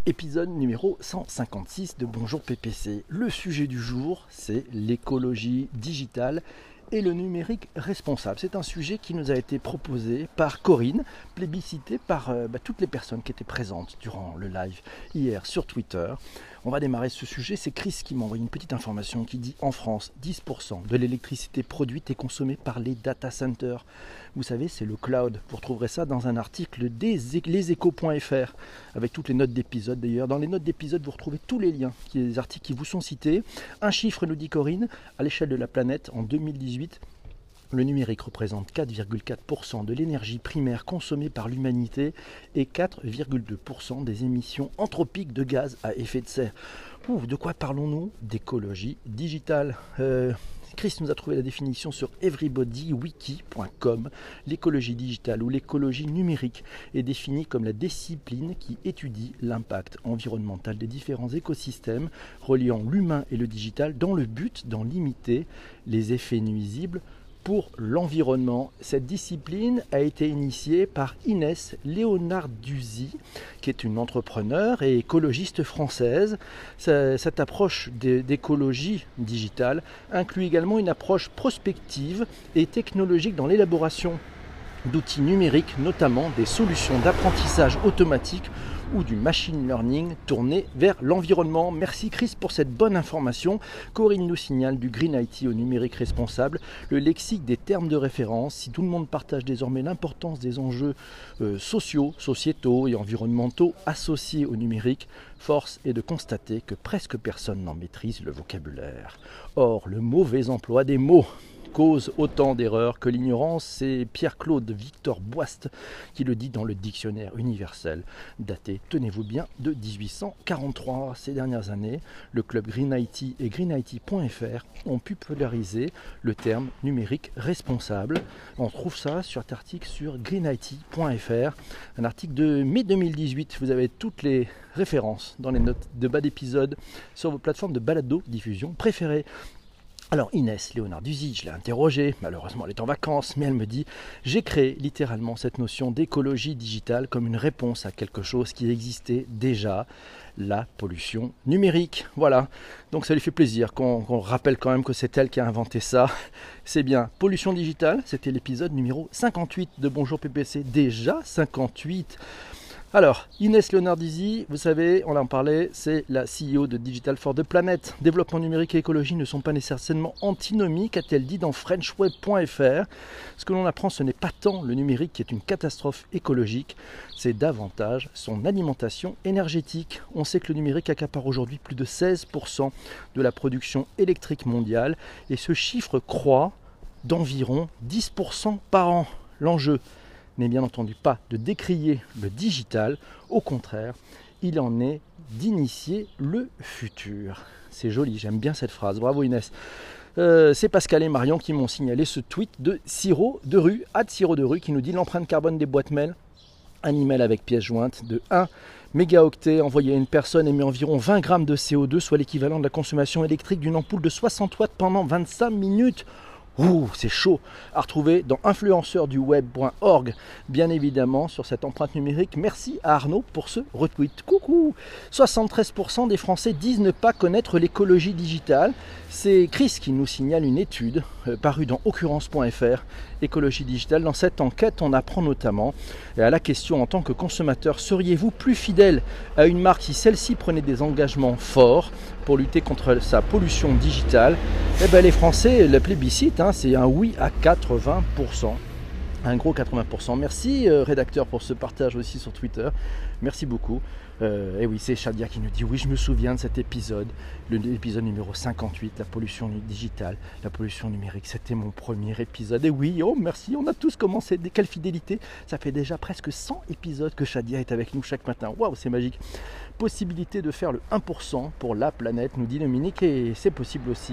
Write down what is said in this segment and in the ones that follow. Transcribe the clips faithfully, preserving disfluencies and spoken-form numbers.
Épisode numéro cent cinquante-six de Bonjour P P C. Le sujet du jour, c'est l'écologie digitale et le numérique responsable. C'est un sujet qui nous a été proposé par Corinne, plébiscité par euh, bah, toutes les personnes qui étaient présentes durant le live hier sur Twitter. On va démarrer ce sujet. C'est Chris qui m'a envoyé une petite information qui dit en France, dix pour cent de l'électricité produite est consommée par les data centers. Vous savez, c'est le cloud. Vous retrouverez ça dans un article des leséchos point F R avec toutes les notes d'épisode d'ailleurs. Dans les notes d'épisode, vous retrouvez tous les liens, les articles qui vous sont cités. Un chiffre, nous dit Corinne, à l'échelle de la planète en deux mille dix-huit. Le numérique représente quatre virgule quatre pour cent de l'énergie primaire consommée par l'humanité et quatre virgule deux pour cent des émissions anthropiques de gaz à effet de serre. Ouh, de quoi parlons-nous? D'écologie digitale. Euh, Chris nous a trouvé la définition sur everybodywiki point com. L'écologie digitale ou l'écologie numérique est définie comme la discipline qui étudie l'impact environnemental des différents écosystèmes reliant l'humain et le digital dans le but d'en limiter les effets nuisibles pour l'environnement. Cette discipline a été initiée par Inès Leonarduzzi, qui est une entrepreneure et écologiste française. Cette approche d'écologie digitale inclut également une approche prospective et technologique dans l'élaboration d'outils numériques, notamment des solutions d'apprentissage automatique ou du machine learning tourné vers l'environnement. Merci Chris pour cette bonne information. Corinne nous signale du Green I T au numérique responsable, le lexique des termes de référence. Si tout le monde partage désormais l'importance des enjeux euh, sociaux, sociétaux et environnementaux associés au numérique, force est de constater que presque personne n'en maîtrise le vocabulaire. Or, le mauvais emploi des mots cause autant d'erreurs que l'ignorance. C'est Pierre-Claude Victor Boist qui le dit dans le dictionnaire universel, daté, tenez-vous bien, de dix-huit cent quarante-trois. Ces dernières années, le club Green I T et Green I T point F R ont popularisé le terme numérique responsable. On trouve ça sur cet article sur green I T point F R, un article de mai deux mille dix-huit. Vous avez toutes les références dans les notes de bas d'épisode sur vos plateformes de balado-diffusion préférées. Alors Inès Leonarduzzi, je l'ai interrogée, malheureusement elle est en vacances, mais elle me dit « J'ai créé littéralement cette notion d'écologie digitale comme une réponse à quelque chose qui existait déjà, la pollution numérique. » Voilà, donc ça lui fait plaisir qu'on qu'on rappelle quand même que c'est elle qui a inventé ça. C'est bien, pollution digitale, c'était l'épisode numéro cinquante-huit de Bonjour P P C, déjà cinquante-huit. Alors, Inès Leonarduzzi, vous savez, on en parlait, c'est la C E O de Digital for the Planet. Développement numérique et écologie ne sont pas nécessairement antinomiques, a-t-elle dit dans french web point F R. Ce que l'on apprend, ce n'est pas tant le numérique qui est une catastrophe écologique, c'est davantage son alimentation énergétique. On sait que le numérique accapare aujourd'hui plus de seize pour cent de la production électrique mondiale et ce chiffre croît d'environ dix pour cent par an. L'enjeu n'est bien entendu pas de décrier le digital, au contraire, il en est d'initier le futur. C'est joli, j'aime bien cette phrase, bravo Inès. Euh, c'est Pascal et Marion qui m'ont signalé ce tweet de Siro de Rue, at Siro de Rue, qui nous dit l'empreinte carbone des boîtes mail, un email avec pièce jointe de un mégaoctet envoyé à une personne émet environ vingt grammes de C O deux, soit l'équivalent de la consommation électrique d'une ampoule de soixante watts pendant vingt-cinq minutes. Ouh, c'est chaud, à retrouver dans influenceur du web point org, bien évidemment, sur cette empreinte numérique. Merci à Arnaud pour ce retweet. Coucou. soixante-treize pour cent des Français disent ne pas connaître l'écologie digitale. C'est Chris qui nous signale une étude euh, parue dans occurrence point F R, écologie digitale. Dans cette enquête, on apprend notamment à la question en tant que consommateur, seriez-vous plus fidèle à une marque si celle-ci prenait des engagements forts pour lutter contre sa pollution digitale? Eh bien, les Français, le plébiscite, hein, c'est un oui à quatre-vingts pour cent. Un gros quatre-vingts pour cent. Merci euh, rédacteur pour ce partage aussi sur Twitter. Merci beaucoup. Euh, et oui, c'est Shadia qui nous dit oui, je me souviens de cet épisode, l'épisode numéro cinquante-huit, la pollution digitale, la pollution numérique. C'était mon premier épisode. Et oui, oh merci, on a tous commencé. Quelle fidélité. Ça fait déjà presque cent épisodes que Shadia est avec nous chaque matin. Waouh, c'est magique. Possibilité de faire le un pour cent pour la planète, nous dit Dominique, et c'est possible aussi.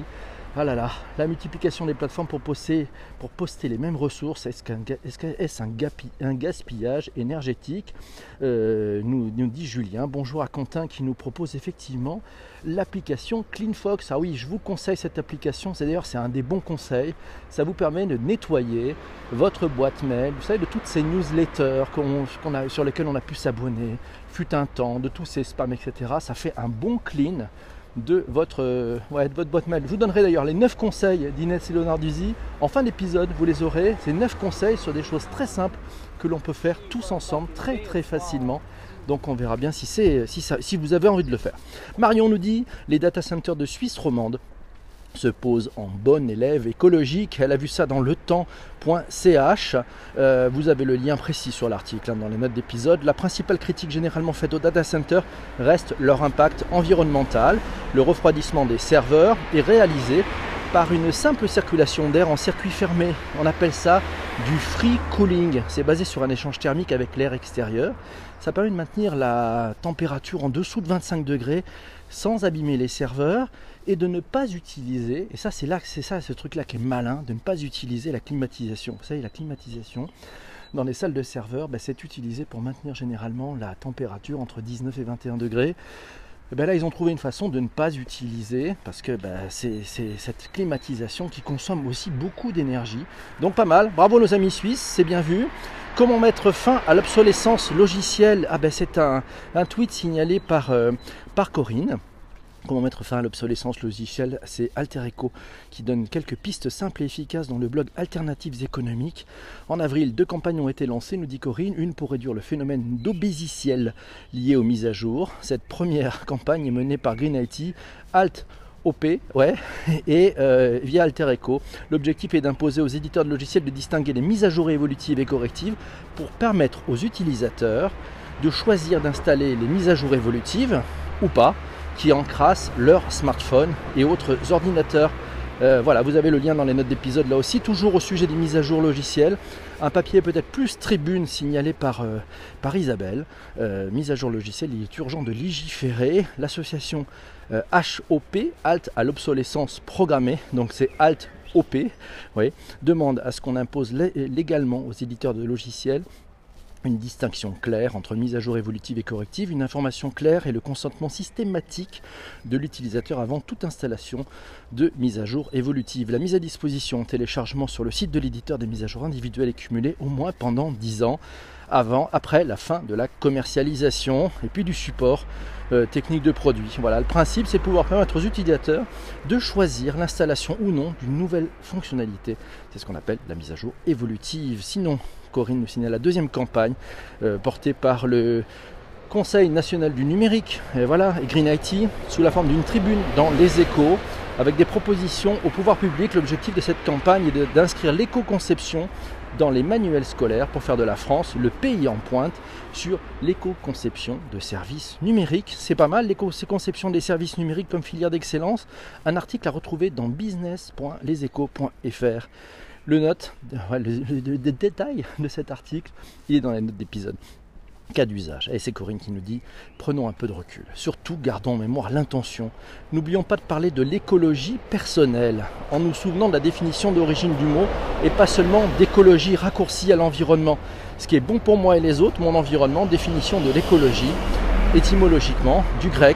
Ah là là, la multiplication des plateformes pour poster, pour poster les mêmes ressources, est-ce qu'un est-ce est-ce un, gapi, un gaspillage énergétique euh, nous, nous dit Julien. Bonjour à Quentin qui nous propose effectivement l'application CleanFox. Ah oui, je vous conseille cette application, c'est d'ailleurs c'est un des bons conseils. Ça vous permet de nettoyer votre boîte mail, vous savez, de toutes ces newsletters qu'on, qu'on a, sur lesquelles on a pu s'abonner, fut un temps, de tous ces spams, et cetera. Ça fait un bon clean de votre, euh, ouais, de votre boîte mail. Je vous donnerai d'ailleurs les neuf conseils d'Inès et Leonarduzzi. En fin d'épisode, vous les aurez. Ces neuf conseils sur des choses très simples que l'on peut faire tous ensemble, très très facilement. Donc on verra bien si, c'est, si, ça, si vous avez envie de le faire. Marion nous dit, les data centers de Suisse romande se pose en bonne élève écologique. Elle a vu ça dans le temps point c h. Euh, vous avez le lien précis sur l'article hein, dans les notes d'épisode. La principale critique généralement faite aux data centers reste leur impact environnemental. Le refroidissement des serveurs est réalisé par une simple circulation d'air en circuit fermé. On appelle ça du free cooling. C'est basé sur un échange thermique avec l'air extérieur. Ça permet de maintenir la température en dessous de vingt-cinq degrés sans abîmer les serveurs et de ne pas utiliser, et ça c'est là c'est ça ce truc là qui est malin, de ne pas utiliser la climatisation. Vous savez, la climatisation dans les salles de serveurs, ben, c'est utilisé pour maintenir généralement la température entre dix-neuf et vingt et un degrés. Et ben là ils ont trouvé une façon de ne pas utiliser parce que ben, c'est, c'est cette climatisation qui consomme aussi beaucoup d'énergie. Donc pas mal, bravo nos amis suisses, c'est bien vu. Comment mettre fin à l'obsolescence logicielle? Ah ben c'est un, un tweet signalé par, euh, par Corinne. Comment mettre fin à l'obsolescence logicielle, c'est Alter Eco qui donne quelques pistes simples et efficaces dans le blog Alternatives économiques. En avril, deux campagnes ont été lancées, nous dit Corinne. Une pour réduire le phénomène d'obésiciel lié aux mises à jour. Cette première campagne est menée par Green I T, Alt O P, ouais, et euh, via Alter Eco. L'objectif est d'imposer aux éditeurs de logiciels de distinguer les mises à jour évolutives et correctives pour permettre aux utilisateurs de choisir d'installer les mises à jour évolutives ou pas, qui encrassent leur smartphone et autres ordinateurs. Euh, voilà, vous avez le lien dans les notes d'épisode là aussi, toujours au sujet des mises à jour logicielles. Un papier peut-être plus tribune signalé par, euh, par Isabelle. Euh, mise à jour logicielle, il est urgent de légiférer. L'association euh, H O P, Halt à l'obsolescence programmée, donc c'est Alt O P, oui, demande à ce qu'on impose légalement aux éditeurs de logiciels une distinction claire entre mise à jour évolutive et corrective, une information claire et le consentement systématique de l'utilisateur avant toute installation de mise à jour évolutive. La mise à disposition en téléchargement sur le site de l'éditeur des mises à jour individuelles est cumulée au moins pendant dix ans, avant, après la fin de la commercialisation et puis du support euh, technique de produit. Voilà, le principe c'est de pouvoir permettre aux utilisateurs de choisir l'installation ou non d'une nouvelle fonctionnalité. C'est ce qu'on appelle la mise à jour évolutive. Sinon, Corinne nous signale la deuxième campagne euh, portée par le Conseil national du numérique et voilà, et Green I T sous la forme d'une tribune dans les Échos avec des propositions au pouvoir public. L'objectif de cette campagne est de, d'inscrire l'éco-conception dans les manuels scolaires pour faire de la France le pays en pointe sur l'éco-conception de services numériques. C'est pas mal, l'éco-conception des services numériques comme filière d'excellence. Un article à retrouver dans business point les échos point f r. Le note, le, le, le, le détail de cet article, il est dans les notes d'épisode. Cas d'usage. Et c'est Corinne qui nous dit, prenons un peu de recul. Surtout, gardons en mémoire l'intention. N'oublions pas de parler de l'écologie personnelle, en nous souvenant de la définition d'origine du mot, et pas seulement d'écologie raccourcie à l'environnement. Ce qui est bon pour moi et les autres, mon environnement, définition de l'écologie, étymologiquement, du grec,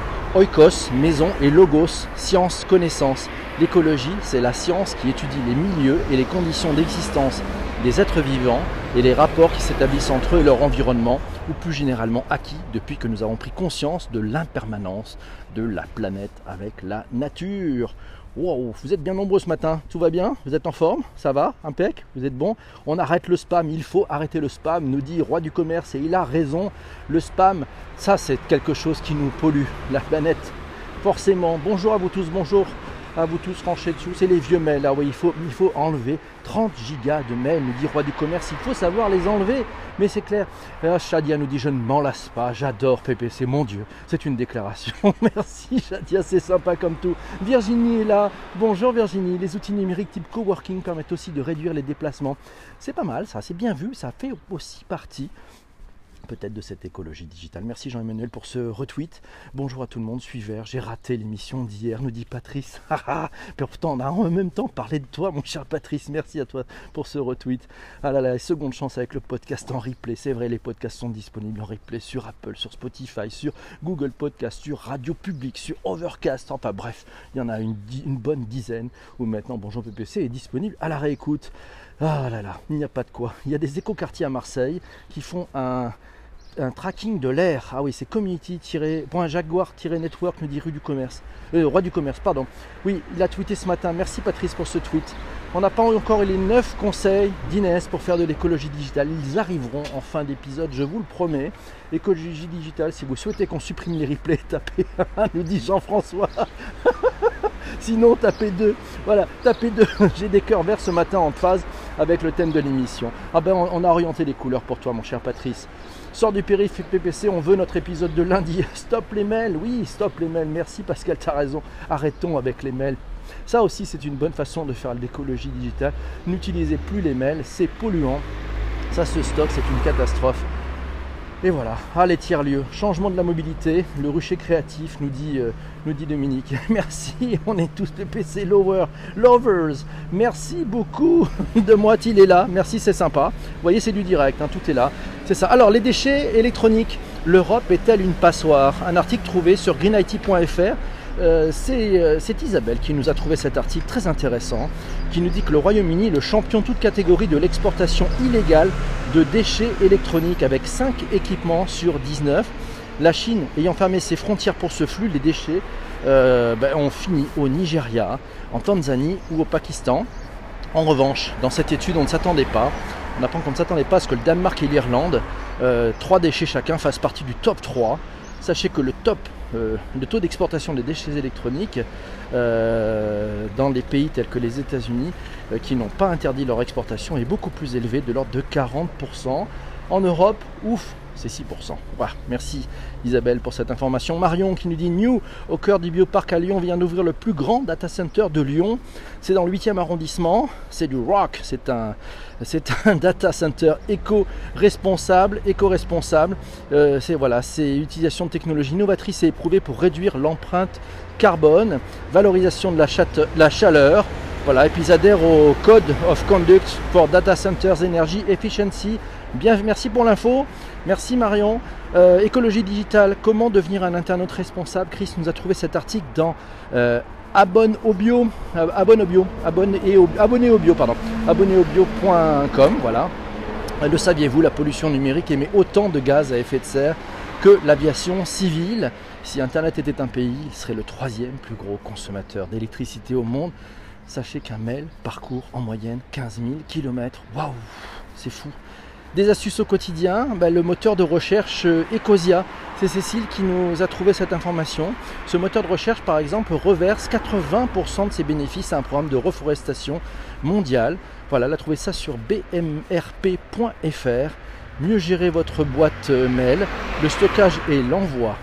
oikos, maison, et logos, science, connaissance. L'écologie, c'est la science qui étudie les milieux et les conditions d'existence des êtres vivants et les rapports qui s'établissent entre eux et leur environnement, ou plus généralement acquis depuis que nous avons pris conscience de l'impermanence de la planète avec la nature. Wow, vous êtes bien nombreux ce matin, tout va bien? Vous êtes en forme? Ça va? Impec? Vous êtes bon? On arrête le spam, il faut arrêter le spam, nous dit Roi du Commerce, et il a raison. Le spam, ça c'est quelque chose qui nous pollue la planète, forcément. Bonjour à vous tous, bonjour à vous tous, ranchez dessous, c'est les vieux mails, là, oui, il faut, il faut enlever trente gigas de mails, nous dit Roi du Commerce, il faut savoir les enlever, mais c'est clair. Là, Shadia nous dit, je ne m'en lasse pas, j'adore P P C, mon Dieu, c'est une déclaration, merci Shadia, c'est sympa comme tout. Virginie est là, bonjour Virginie, les outils numériques type coworking permettent aussi de réduire les déplacements, c'est pas mal ça, c'est bien vu, ça fait aussi partie peut-être de cette écologie digitale. Merci Jean-Emmanuel pour ce retweet. Bonjour à tout le monde, je suis vert, j'ai raté l'émission d'hier, nous dit Patrice. Pourtant on a en même temps parlé de toi mon cher Patrice, merci à toi pour ce retweet. Ah là là, seconde chance avec le podcast en replay, c'est vrai, les podcasts sont disponibles en replay sur Apple, sur Spotify, sur Google Podcast, sur Radio Public, sur Overcast, enfin bref, il y en a une, une bonne dizaine où maintenant Bonjour P P C est disponible à la réécoute. Ah là là, il n'y a pas de quoi. Il y a des écoquartiers à Marseille qui font un un tracking de l'air. Ah oui, c'est community-jaguar-network, nous dit rue du commerce. Euh, roi du commerce, pardon. Oui, il a tweeté ce matin. Merci Patrice pour ce tweet. On n'a pas encore les neuf conseils d'Inès pour faire de l'écologie digitale. Ils arriveront en fin d'épisode, je vous le promets. Écologie digitale, si vous souhaitez qu'on supprime les replays, tapez un, nous dit Jean-François. Sinon, tapez deux. Voilà, tapez deux. J'ai des cœurs verts ce matin en phase avec le thème de l'émission. Ah ben, on, on a orienté les couleurs pour toi, mon cher Patrice. Sors du périph' P P C, on veut notre épisode de lundi. Stop les mails, oui, stop les mails. Merci Pascal, tu as raison. Arrêtons avec les mails. Ça aussi, c'est une bonne façon de faire l'écologie digitale. N'utilisez plus les mails, c'est polluant. Ça se stocke, c'est une catastrophe. Et voilà, ah, les tiers-lieux, changement de la mobilité, le rucher créatif, nous dit, euh, nous dit Dominique. Merci, on est tous P P C lovers, lovers. Merci beaucoup de moi, il est là. Merci, c'est sympa. Vous voyez, c'est du direct, hein, tout est là. C'est ça. Alors, les déchets électroniques, l'Europe est-elle une passoire? Un article trouvé sur green I T point F R. Euh, c'est, euh, c'est Isabelle qui nous a trouvé cet article très intéressant, qui nous dit que le Royaume-Uni est le champion toute catégorie de l'exportation illégale de déchets électroniques avec cinq équipements sur dix-neuf. La Chine ayant fermé ses frontières pour ce flux, les déchets euh, ben, ont fini au Nigeria, en Tanzanie ou au Pakistan. En revanche, dans cette étude, on ne s'attendait pas, on apprend qu'on ne s'attendait pas à ce que le Danemark et l'Irlande, euh, trois déchets chacun, fassent partie du top trois. Sachez que le top, euh, le taux d'exportation des déchets électroniques euh, dans les pays tels que les États-Unis, euh, qui n'ont pas interdit leur exportation, est beaucoup plus élevé, de l'ordre de quarante pour cent. En Europe, ouf, c'est six pour cent. Voilà, merci Isabelle pour cette information. Marion qui nous dit New, au cœur du bioparc à Lyon, vient d'ouvrir le plus grand data center de Lyon. C'est dans le huitième arrondissement. C'est du rock. C'est un, c'est un data center éco-responsable. éco-responsable. Euh, c'est voilà, c'est utilisation de technologies novatrices et éprouvées pour réduire l'empreinte carbone, valorisation de la, chate, la chaleur. Voilà, et puis ils adhèrent au Code of Conduct for Data Centers Energy Efficiency. Bien, merci pour l'info. Merci Marion. Euh, écologie digitale, comment devenir un internaute responsable? Chris nous a trouvé cet article dans euh, Abonne au bio, euh, Abonne au bio, Abonne et au, Abonné au bio, pardon, abonné au bio point com. Voilà. Le saviez-vous, la pollution numérique émet autant de gaz à effet de serre que l'aviation civile. Si Internet était un pays, il serait le troisième plus gros consommateur d'électricité au monde. Sachez qu'un mail parcourt en moyenne quinze mille kilomètres. Waouh, c'est fou. Des astuces au quotidien, ben, le moteur de recherche Ecosia. C'est Cécile qui nous a trouvé cette information. Ce moteur de recherche, par exemple, reverse quatre-vingts pour cent de ses bénéfices à un programme de reforestation mondiale. Voilà, elle a trouvé ça sur b m r p point f r. Mieux gérer votre boîte mail, le stockage et l'envoi.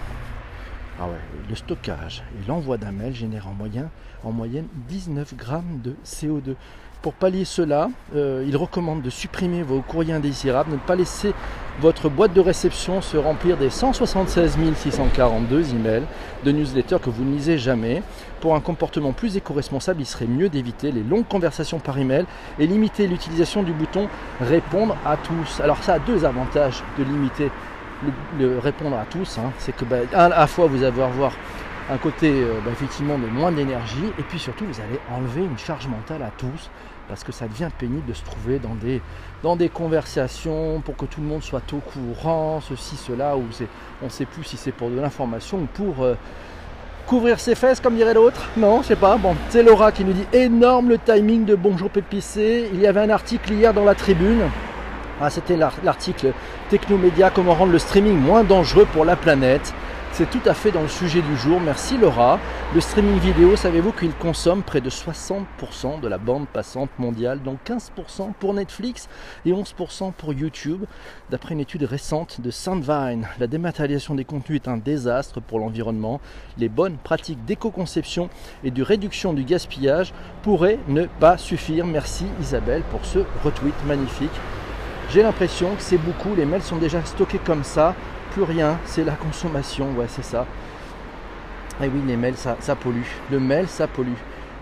Ah ouais, le stockage et l'envoi d'un mail génèrent en moyenne, en moyenne dix-neuf grammes de C O deux. Pour pallier cela, euh, il recommande de supprimer vos courriers indésirables, ne pas laisser votre boîte de réception se remplir des cent soixante-seize mille six cent quarante-deux emails de newsletters que vous ne lisez jamais. Pour un comportement plus éco-responsable, il serait mieux d'éviter les longues conversations par email et limiter l'utilisation du bouton « Répondre à tous ». Alors ça a deux avantages de limiter le, le répondre à tous, hein. C'est que bah, à la fois vous allez avoir un côté euh, bah, effectivement de moins d'énergie, et puis surtout vous allez enlever une charge mentale à tous, parce que ça devient pénible de se trouver dans des, dans des conversations pour que tout le monde soit au courant, ceci, cela, où c'est, on ne sait plus si c'est pour de l'information ou pour euh, couvrir ses fesses, comme dirait l'autre. Non, je sais pas. Bon, c'est Laura qui nous dit énorme le timing de Bonjour P P C. Il y avait un article hier dans la Tribune. Ah, c'était l'article Technomédia, comment rendre le streaming moins dangereux pour la planète. C'est tout à fait dans le sujet du jour. Merci Laura. Le streaming vidéo, savez-vous qu'il consomme près de soixante pour cent de la bande passante mondiale, dont quinze pour cent pour Netflix et onze pour cent pour YouTube. D'après une étude récente de Sandvine, la dématérialisation des contenus est un désastre pour l'environnement. Les bonnes pratiques d'éco-conception et de réduction du gaspillage pourraient ne pas suffire. Merci Isabelle pour ce retweet magnifique. J'ai l'impression que c'est beaucoup, les mails sont déjà stockés comme ça, plus rien, c'est la consommation, ouais c'est ça. Et oui, les mails ça, ça pollue, le mail ça pollue.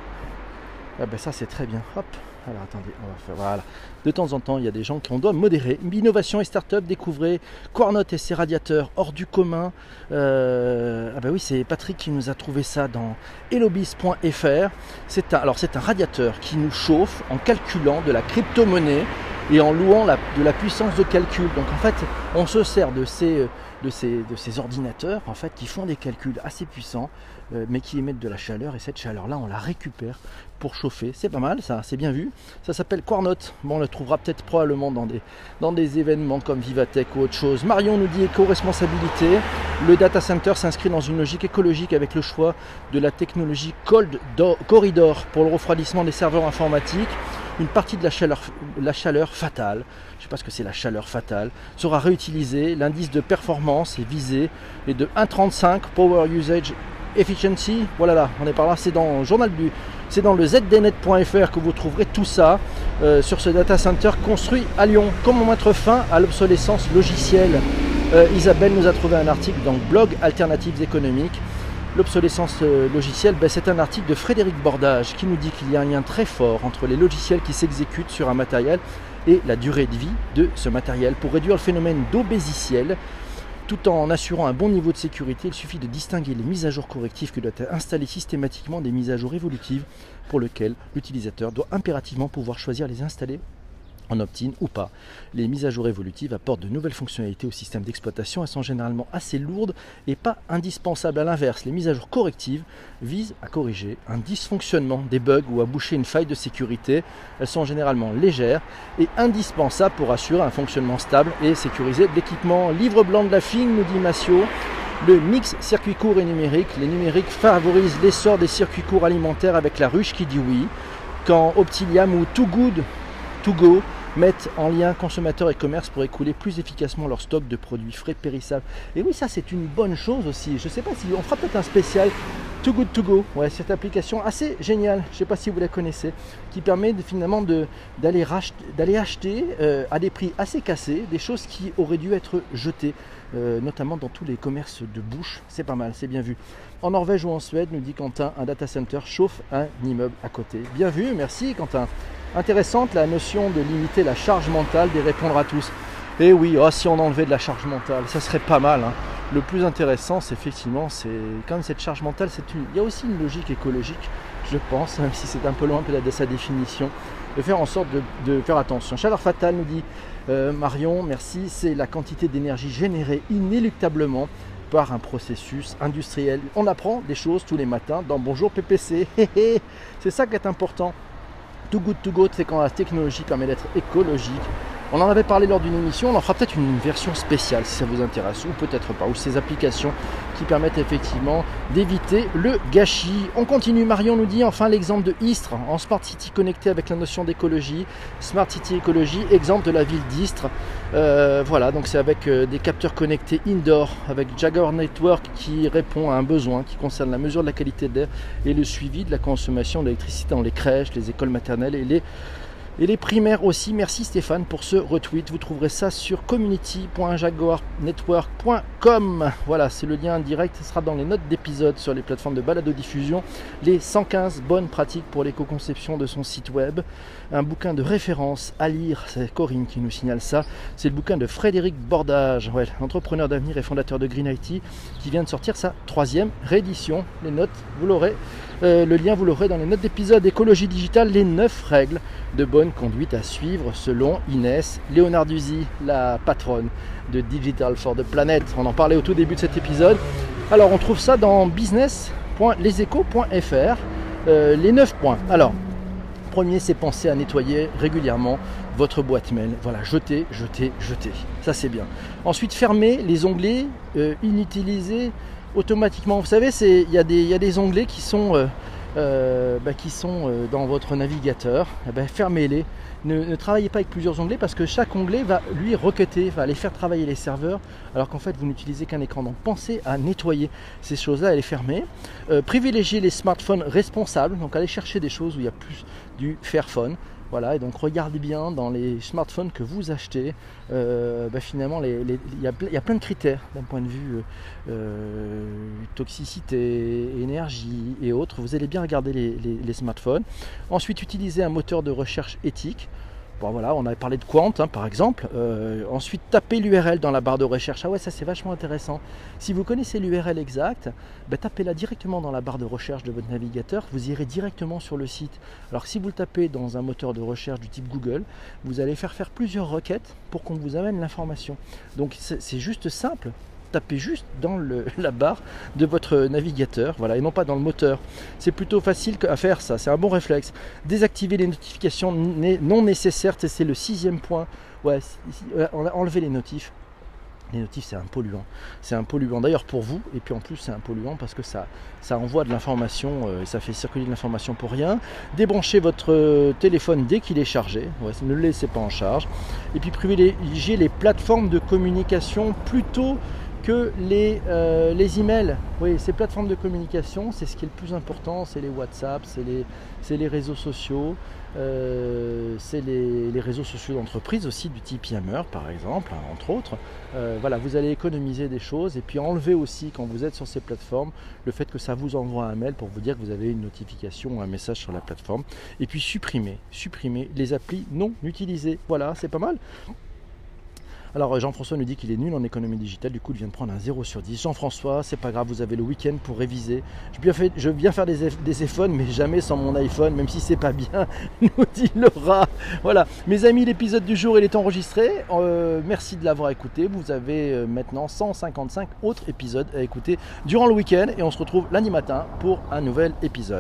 Ah ben ça c'est très bien, hop. Alors attendez, on va faire, voilà. De temps en temps, il y a des gens qu'on doit modérer. Innovation et start-up, découvrez Quarnot et ses radiateurs hors du commun. Euh, ah ben oui, c'est Patrick qui nous a trouvé ça dans hellobiz point f r. C'est un, alors c'est un radiateur qui nous chauffe en calculant de la crypto-monnaie et en louant la, de la puissance de calcul. Donc en fait, on se sert de ces, de ces, de ces ordinateurs en fait, qui font des calculs assez puissants, euh, mais qui émettent de la chaleur. Et cette chaleur-là, on la récupère pour chauffer. C'est pas mal, ça, c'est bien vu. Ça s'appelle Quarnot. Bon, on le trouvera peut-être probablement dans des, dans des événements comme Vivatech ou autre chose. Marion nous dit éco-responsabilité. Le data center s'inscrit dans une logique écologique avec le choix de la technologie Cold Corridor pour le refroidissement des serveurs informatiques. Une partie de la chaleur, la chaleur fatale, je ne sais pas ce que c'est la chaleur fatale, sera réutilisée. L'indice de performance est visé et de un virgule trente-cinq Power Usage Efficiency. Voilà, là, on est par là, c'est dans le journal du, c'est dans le z d net point f r que vous trouverez tout ça euh, sur ce data center construit à Lyon. Comment mettre fin à l'obsolescence logicielle? euh, Isabelle nous a trouvé un article dans le blog Alternatives économiques. L'obsolescence logicielle, ben c'est un article de Frédéric Bordage qui nous dit qu'il y a un lien très fort entre les logiciels qui s'exécutent sur un matériel et la durée de vie de ce matériel. Pour réduire le phénomène d'obésiciel, tout en assurant un bon niveau de sécurité, il suffit de distinguer les mises à jour correctives que doit installer systématiquement des mises à jour évolutives pour lesquelles l'utilisateur doit impérativement pouvoir choisir les installer en opt-in ou pas. Les mises à jour évolutives apportent de nouvelles fonctionnalités au système d'exploitation. Elles sont généralement assez lourdes et pas indispensables. À l'inverse, les mises à jour correctives visent à corriger un dysfonctionnement, des bugs ou à boucher une faille de sécurité. Elles sont généralement légères et indispensables pour assurer un fonctionnement stable et sécurisé de l'équipement. Livre blanc de la F I N, nous dit Massio. Le mix circuit court et numérique. Les numériques favorisent l'essor des circuits courts alimentaires avec la ruche qui dit oui. Quand Optiliam ou Too Good To Go mettent en lien consommateurs et commerce pour écouler plus efficacement leur stock de produits frais périssables. Et oui, ça c'est une bonne chose aussi. Je ne sais pas si on fera peut-être un spécial Too Good To Go. Ouais, cette application assez géniale, je ne sais pas si vous la connaissez, qui permet de, finalement d'aller d'aller acheter euh, à des prix assez cassés des choses qui auraient dû être jetées, euh, notamment dans tous les commerces de bouche. C'est pas mal, c'est bien vu. En Norvège ou en Suède, nous dit Quentin, un data center chauffe un immeuble à côté. Bien vu, merci Quentin. Intéressante la notion de limiter la charge mentale, de répondre à tous. Et oui, oh, si on enlevait de la charge mentale, ça serait pas mal. Hein. Le plus intéressant, c'est effectivement, c'est quand même cette charge mentale, c'est une... il y a aussi une logique écologique, je pense, même si c'est un peu loin peut-être de sa définition, de faire en sorte de, de faire attention. Chaleur fatale, nous dit euh, Marion, merci, c'est la quantité d'énergie générée inéluctablement par un processus industriel. On apprend des choses tous les matins dans Bonjour P P C. C'est ça qui est important. Too Good To Go, c'est quand la technologie permet d'être écologique. On en avait parlé lors d'une émission, on en fera peut-être une version spéciale si ça vous intéresse, ou peut-être pas, ou ces applications qui permettent effectivement d'éviter le gâchis. On continue, Marion nous dit enfin l'exemple de Istres en Smart City connecté avec la notion d'écologie. Smart City écologie, exemple de la ville d'Istres. Euh, voilà, donc c'est avec euh, des capteurs connectés indoor, avec Jaguar Network qui répond à un besoin qui concerne la mesure de la qualité d'air et le suivi de la consommation d'électricité dans les crèches, les écoles maternelles et les Et les primaires aussi. Merci Stéphane pour ce retweet. Vous trouverez ça sur community point jaguar network point com. Voilà, c'est le lien direct. Ce sera dans les notes d'épisode sur les plateformes de balado-diffusion. Les cent quinze bonnes pratiques pour l'éco-conception de son site web. Un bouquin de référence à lire. C'est Corinne qui nous signale ça. C'est le bouquin de Frédéric Bordage, ouais, entrepreneur d'avenir et fondateur de Green I T, qui vient de sortir sa troisième réédition. Les notes, vous l'aurez. Euh, le lien, vous l'aurez dans les notes d'épisode. Écologie digitale, les neuf règles de bonne conduite à suivre selon Inès Leonarduzzi, la patronne de Digital for the Planet. On en parlait au tout début de cet épisode. Alors, on trouve ça dans business point les échos point f r. Euh, les neuf points. Alors, premier, c'est penser à nettoyer régulièrement votre boîte mail. Voilà, jeter, jeter, jeter. Ça, c'est bien. Ensuite, fermer les onglets euh, inutilisés automatiquement. Vous savez, il y, y a des onglets qui sont, euh, euh, bah, qui sont euh, dans votre navigateur. Eh ben, fermez-les. Ne, ne travaillez pas avec plusieurs onglets parce que chaque onglet va lui requêter, va aller faire travailler les serveurs alors qu'en fait vous n'utilisez qu'un écran. Donc pensez à nettoyer ces choses-là et les fermer. Euh, privilégiez les smartphones responsables. Donc allez chercher des choses où il y a plus du Fairphone. Voilà, et donc regardez bien dans les smartphones que vous achetez, euh, bah finalement il les, y, y a plein de critères d'un point de vue euh, toxicité, énergie et autres. Vous allez bien regarder les, les, les smartphones. Ensuite, utilisez un moteur de recherche éthique. Bon voilà, on avait parlé de Quant hein, par exemple. Euh, ensuite, tapez l'U R L dans la barre de recherche. Ah ouais, ça c'est vachement intéressant. Si vous connaissez l'U R L exact, bah, tapez-la directement dans la barre de recherche de votre navigateur. Vous irez directement sur le site. Alors si vous le tapez dans un moteur de recherche du type Google, vous allez faire faire plusieurs requêtes pour qu'on vous amène l'information. Donc c'est juste simple. Tapez juste dans le, la barre de votre navigateur, voilà, et non pas dans le moteur. C'est plutôt facile à faire ça, c'est un bon réflexe. Désactiver les notifications non nécessaires, c'est le sixième point. Ouais, enlever les notifs. Les notifs, c'est un polluant. C'est un polluant d'ailleurs pour vous, et puis en plus c'est un polluant parce que ça, ça envoie de l'information, euh, ça fait circuler de l'information pour rien. Débranchez votre euh, téléphone dès qu'il est chargé, ouais, ne le laissez pas en charge. Et puis privilégiez les plateformes de communication plutôt que les, euh, les emails. Oui, ces plateformes de communication, c'est ce qui est le plus important, c'est les WhatsApp, c'est les, c'est les réseaux sociaux, euh, c'est les, les réseaux sociaux d'entreprise aussi, du type Yammer par exemple, hein, entre autres. Euh, voilà, vous allez économiser des choses et puis enlever aussi, quand vous êtes sur ces plateformes, le fait que ça vous envoie un mail pour vous dire que vous avez une notification ou un message sur la plateforme. Et puis supprimer, supprimer les applis non utilisées. Voilà, c'est pas mal. Alors Jean-François nous dit qu'il est nul en économie digitale, du coup il vient de prendre un zéro sur dix. Jean-François, c'est pas grave, vous avez le week-end pour réviser. Je viens, fait, je viens faire des, des iPhones, mais jamais sans mon iPhone, même si c'est pas bien, nous dit Laura. Voilà, mes amis, l'épisode du jour il est enregistré. Euh, merci de l'avoir écouté. Vous avez euh, maintenant cent cinquante-cinq autres épisodes à écouter durant le week-end et on se retrouve lundi matin pour un nouvel épisode.